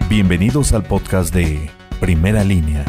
Bienvenidos al podcast de Primera Línea.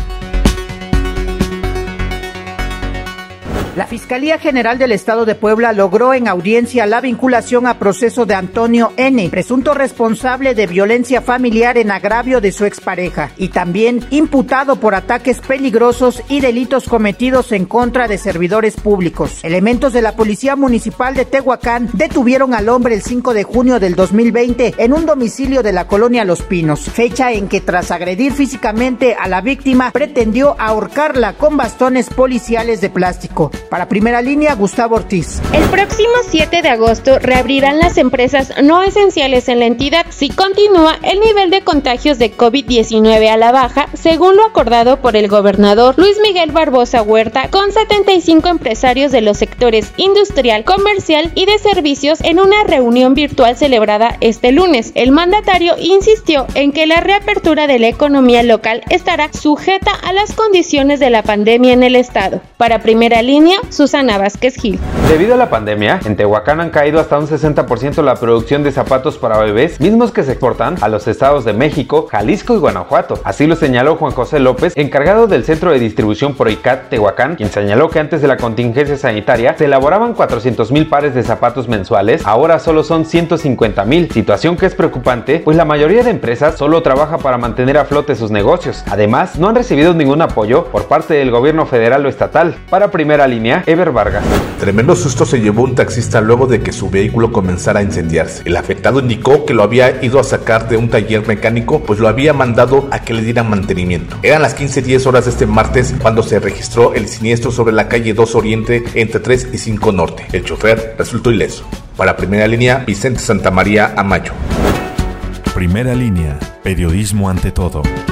La Fiscalía General del Estado de Puebla logró en audiencia la vinculación a proceso de Antonio N., presunto responsable de violencia familiar en agravio de su expareja, y también imputado por ataques peligrosos y delitos cometidos en contra de servidores públicos. Elementos de la Policía Municipal de Tehuacán detuvieron al hombre el 5 de junio del 2020 en un domicilio de la colonia Los Pinos, fecha en que tras agredir físicamente a la víctima pretendió ahorcarla con bastones policiales de plástico. Para Primera Línea, Gustavo Ortiz. El próximo 7 de agosto reabrirán las empresas no esenciales en la entidad si continúa el nivel de contagios de COVID-19 a la baja, según lo acordado por el gobernador Luis Miguel Barbosa Huerta con 75 empresarios de los sectores industrial, comercial y de servicios en una reunión virtual celebrada este lunes. El mandatario insistió en que la reapertura de la economía local estará sujeta a las condiciones de la pandemia en el estado. Para Primera Línea, Susana Vázquez Gil. Debido a la pandemia, en Tehuacán han caído hasta un 60% la producción de zapatos para bebés, mismos que se exportan a los estados de México, Jalisco y Guanajuato. Así lo señaló Juan José López, encargado del Centro de Distribución Proicat Tehuacán, quien señaló que antes de la contingencia sanitaria se elaboraban 400,000 pares de zapatos mensuales, ahora solo son 150,000, situación que es preocupante, pues la mayoría de empresas solo trabaja para mantener a flote sus negocios. Además, no han recibido ningún apoyo por parte del gobierno federal o estatal. Para Primera Línea, Ever Vargas. Tremendo susto se llevó un taxista luego de que su vehículo comenzara a incendiarse. El afectado indicó que lo había ido a sacar de un taller mecánico, pues lo había mandado a que le dieran mantenimiento. Eran las 15:10 horas de este martes cuando se registró el siniestro sobre la calle 2 Oriente entre 3 y 5 Norte. El chofer resultó ileso. Para Primera Línea, Vicente Santamaría Amayo. Primera Línea, periodismo ante todo.